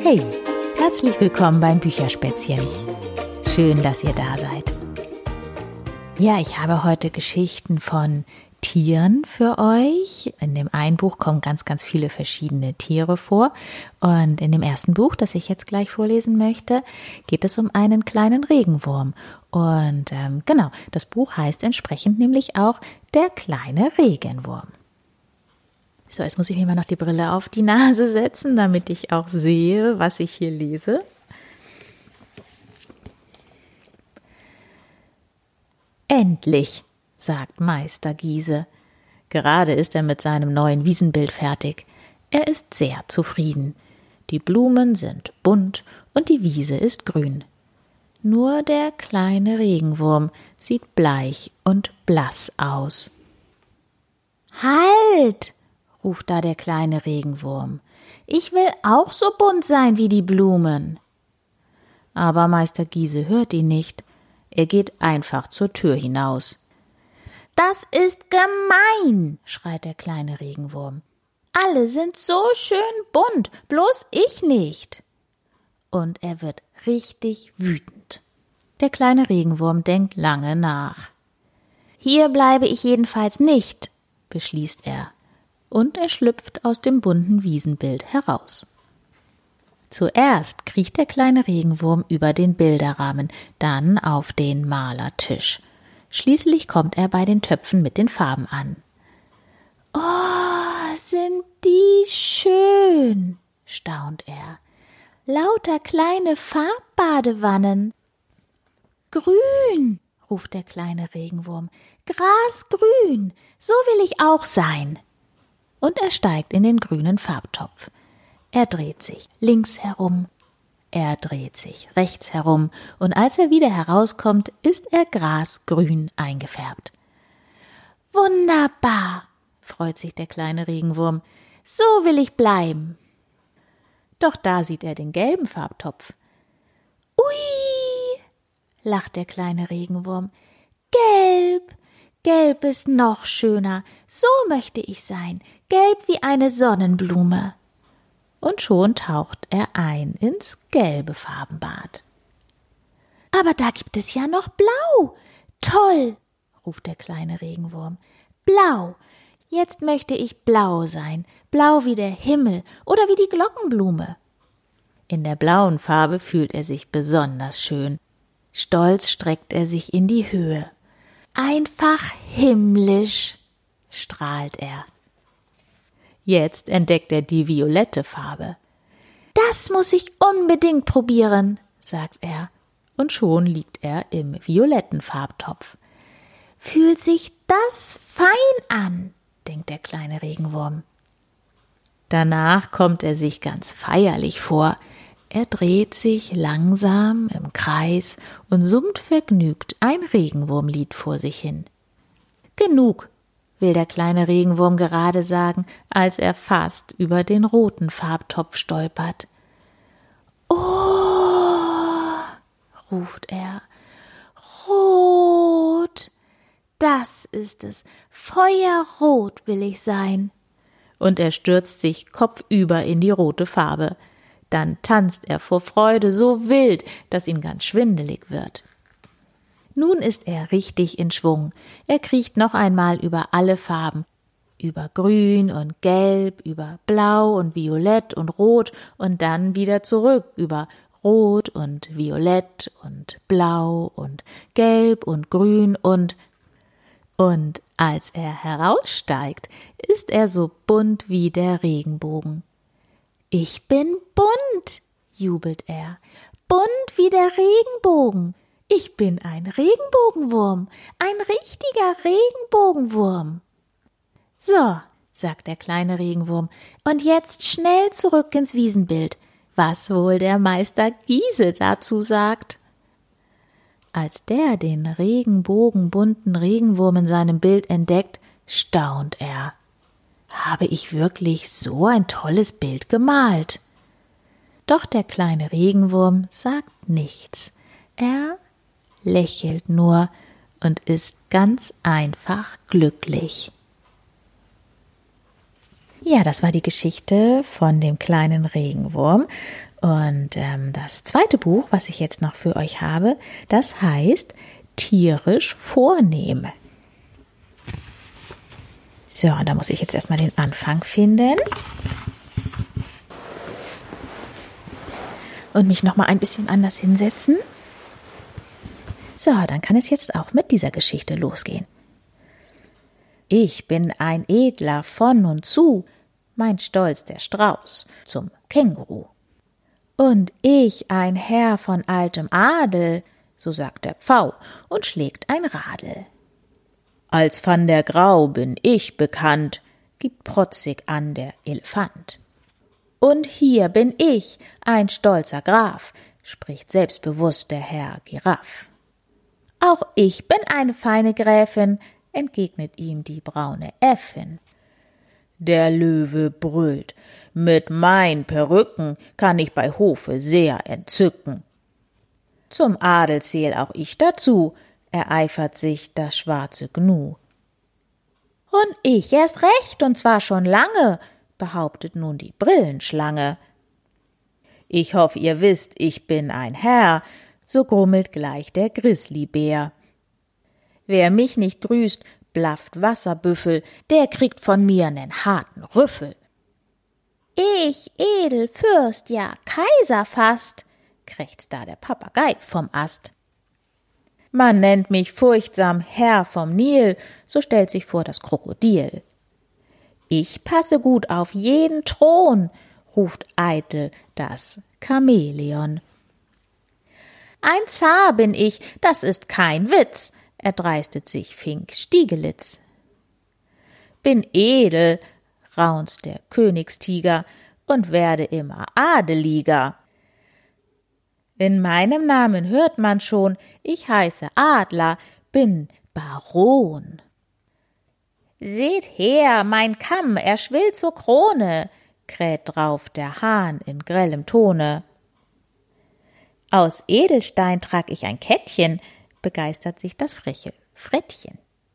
Hey, herzlich willkommen beim Bücherspätzchen. Schön, dass ihr da seid. Ja, ich habe heute Geschichten von Tieren für euch. In dem einen Buch kommen ganz, ganz viele verschiedene Tiere vor. Und in dem ersten Buch, das ich jetzt gleich vorlesen möchte, geht es um einen kleinen Regenwurm. Und genau, das Buch heißt entsprechend nämlich auch Der kleine Regenwurm. So, jetzt muss ich mir mal noch die Brille auf die Nase setzen, damit ich auch sehe, was ich hier lese. Endlich, sagt Meister Giese. Gerade ist er mit seinem neuen Wiesenbild fertig. Er ist sehr zufrieden. Die Blumen sind bunt und die Wiese ist grün. Nur der kleine Regenwurm sieht bleich und blass aus. »Halt!« ruft da der kleine Regenwurm. »Ich will auch so bunt sein wie die Blumen.« Aber Meister Giese hört ihn nicht. Er geht einfach zur Tür hinaus. »Das ist gemein«, schreit der kleine Regenwurm. »Alle sind so schön bunt, bloß ich nicht.« Und er wird richtig wütend. Der kleine Regenwurm denkt lange nach. »Hier bleibe ich jedenfalls nicht«, beschließt er. Und er schlüpft aus dem bunten Wiesenbild heraus. Zuerst kriecht der kleine Regenwurm über den Bilderrahmen, dann auf den Malertisch. Schließlich kommt er bei den Töpfen mit den Farben an. »Oh, sind die schön«, staunt er. »Lauter kleine Farbbadewannen.« »Grün«, ruft der kleine Regenwurm. »Grasgrün, so will ich auch sein.« Und er steigt in den grünen Farbtopf. Er dreht sich links herum, er dreht sich rechts herum, und als er wieder herauskommt, ist er grasgrün eingefärbt. »Wunderbar«, freut sich der kleine Regenwurm, »so will ich bleiben.« Doch da sieht er den gelben Farbtopf. »Ui«, lacht der kleine Regenwurm, »gelb, gelb ist noch schöner, so möchte ich sein, gelb wie eine Sonnenblume.« Und schon taucht er ein ins gelbe Farbenbad. »Aber da gibt es ja noch Blau! Toll!« ruft der kleine Regenwurm. »Blau! Jetzt möchte ich blau sein, blau wie der Himmel oder wie die Glockenblume.« In der blauen Farbe fühlt er sich besonders schön. Stolz streckt er sich in die Höhe. »Einfach himmlisch«, strahlt er. Jetzt entdeckt er die violette Farbe. »Das muss ich unbedingt probieren«, sagt er, und schon liegt er im violetten Farbtopf. »Fühlt sich das fein an«, denkt der kleine Regenwurm. Danach kommt er sich ganz feierlich vor. Er dreht sich langsam im Kreis und summt vergnügt ein Regenwurmlied vor sich hin. »Genug«, will der kleine Regenwurm gerade sagen, als er fast über den roten Farbtopf stolpert. »Oh«, ruft er, »rot, das ist es, feuerrot will ich sein.« Und er stürzt sich kopfüber in die rote Farbe. Dann tanzt er vor Freude so wild, dass ihm ganz schwindelig wird. Nun ist er richtig in Schwung. Er kriecht noch einmal über alle Farben. Über Grün und Gelb, über Blau und Violett und Rot und dann wieder zurück über Rot und Violett und Blau und Gelb und Grün und als er heraussteigt, ist er so bunt wie der Regenbogen. »Ich bin bunt«, jubelt er, »bunt wie der Regenbogen. Ich bin ein Regenbogenwurm, ein richtiger Regenbogenwurm.« »So«, sagt der kleine Regenwurm, »und jetzt schnell zurück ins Wiesenbild. Was wohl der Meister Giese dazu sagt?« Als der den regenbogenbunten Regenwurm in seinem Bild entdeckt, staunt er. »Habe ich wirklich so ein tolles Bild gemalt?« Doch der kleine Regenwurm sagt nichts. Er lächelt nur und ist ganz einfach glücklich. Ja, das war die Geschichte von dem kleinen Regenwurm. Und das zweite Buch, was ich jetzt noch für euch habe, das heißt Tierisch vornehm. So, und da muss ich jetzt erstmal den Anfang finden. Und mich nochmal ein bisschen anders hinsetzen. So, dann kann es jetzt auch mit dieser Geschichte losgehen. Ich bin ein Edler von und zu, mein Stolz der Strauß zum Känguru. Und ich ein Herr von altem Adel, so sagt der Pfau und schlägt ein Radl. Als Van der Grau bin ich bekannt, gibt protzig an der Elefant. Und hier bin ich, ein stolzer Graf, spricht selbstbewusst der Herr Giraff. Auch ich bin eine feine Gräfin, entgegnet ihm die braune Äffin. Der Löwe brüllt, mit mein Perücken kann ich bei Hofe sehr entzücken. Zum Adel zähl auch ich dazu, ereifert sich das schwarze Gnu. Und ich erst recht, und zwar schon lange, behauptet nun die Brillenschlange. Ich hoff, ihr wisst, ich bin ein Herr, so grummelt gleich der Grizzlybär. Wer mich nicht grüßt, blafft Wasserbüffel, der kriegt von mir nen harten Rüffel. Ich, Edel, Fürst, ja Kaiser fast, krächzt da der Papagei vom Ast. Man nennt mich furchtsam Herr vom Nil, so stellt sich vor das Krokodil. Ich passe gut auf jeden Thron, ruft eitel das Chamäleon. Ein Zar bin ich, das ist kein Witz, erdreistet sich Fink Stiegelitz. Bin edel, raunzt der Königstiger, und werde immer adeliger. In meinem Namen hört man schon, ich heiße Adler, bin Baron. Seht her, mein Kamm, er schwillt zur Krone, kräht drauf der Hahn in grellem Tone. Aus Edelstein trag ich ein Kettchen, begeistert sich das freche Frettchen.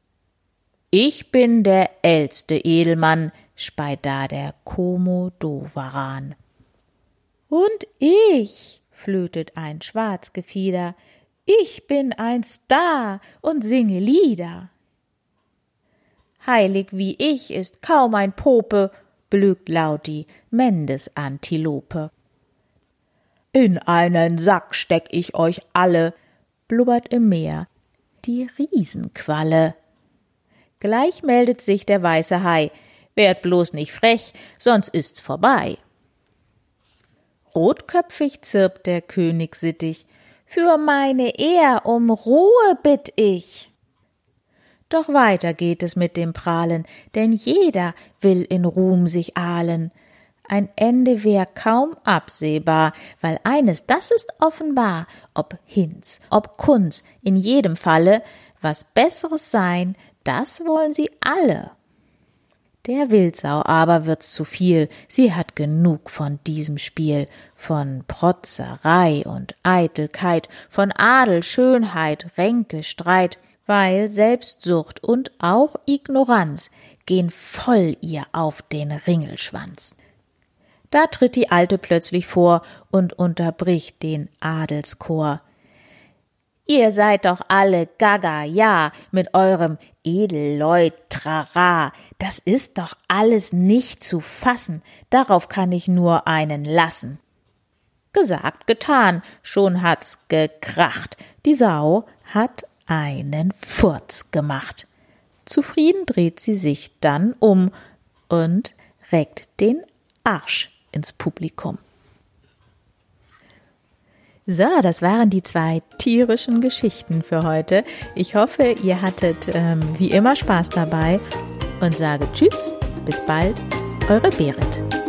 Ich bin der ältste Edelmann, speit da der Komodowaran. Und ich, flötet ein Schwarzgefieder, ich bin ein Star und singe Lieder. Heilig wie ich ist kaum ein Pope, blökt laut die Mendesantilope. In einen Sack steck ich euch alle, blubbert im Meer die Riesenqualle. Gleich meldet sich der weiße Hai, werd bloß nicht frech, sonst ist's vorbei. Rotköpfig zirpt der König sittig, für meine Ehr um Ruhe bitt ich. Doch weiter geht es mit dem Prahlen, denn jeder will in Ruhm sich ahlen. Ein Ende wär kaum absehbar, weil eines, das ist offenbar, ob Hinz, ob Kunz, in jedem Falle, was Besseres sein, das wollen sie alle. Der Wildsau aber wird's zu viel, sie hat genug von diesem Spiel, von Protzerei und Eitelkeit, von Adel, Schönheit, Ränke, Streit, weil Selbstsucht und auch Ignoranz gehen voll ihr auf den Ringelschwanz. Da tritt die Alte plötzlich vor und unterbricht den Adelschor. Ihr seid doch alle gaga, ja, mit eurem Edelleut, trara, das ist doch alles nicht zu fassen, darauf kann ich nur einen lassen. Gesagt, getan, schon hat's gekracht, die Sau hat einen Furz gemacht. Zufrieden dreht sie sich dann um und reckt den Arsch ins Publikum. So, das waren die 2 tierischen Geschichten für heute. Ich hoffe, ihr hattet wie immer Spaß dabei und sage Tschüss, bis bald, eure Berit.